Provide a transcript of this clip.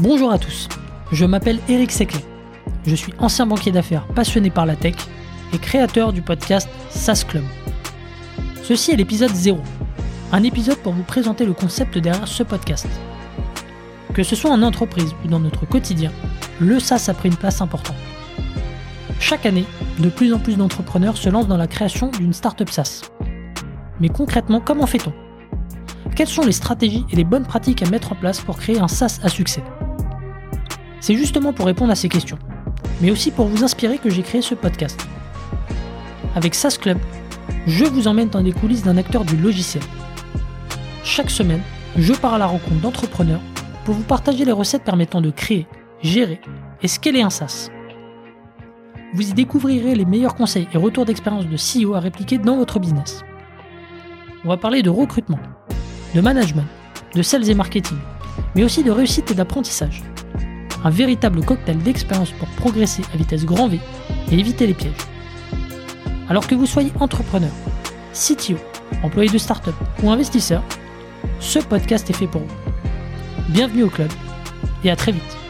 Bonjour à tous, je m'appelle Eric Seclet. Je suis ancien banquier d'affaires passionné par la tech et créateur du podcast SaaS Club. Ceci est l'épisode 0, un épisode pour vous présenter le concept derrière ce podcast. Que ce soit en entreprise ou dans notre quotidien, le SaaS a pris une place importante. Chaque année, de plus en plus d'entrepreneurs se lancent dans la création d'une startup SaaS. Mais concrètement, comment fait-on ? Quelles sont les stratégies et les bonnes pratiques à mettre en place pour créer un SaaS à succès ? C'est justement pour répondre à ces questions, mais aussi pour vous inspirer que j'ai créé ce podcast. Avec SaaS Club, je vous emmène dans les coulisses d'un acteur du logiciel. Chaque semaine, je pars à la rencontre d'entrepreneurs pour vous partager les recettes permettant de créer, gérer et scaler un SaaS. Vous y découvrirez les meilleurs conseils et retours d'expérience de CEO à répliquer dans votre business. On va parler de recrutement, de management, de sales et marketing, mais aussi de réussite et d'apprentissage. Un véritable cocktail d'expérience pour progresser à vitesse grand V et éviter les pièges. Alors que vous soyez entrepreneur, CTO, employé de start-up ou investisseur, ce podcast est fait pour vous. Bienvenue au club et à très vite.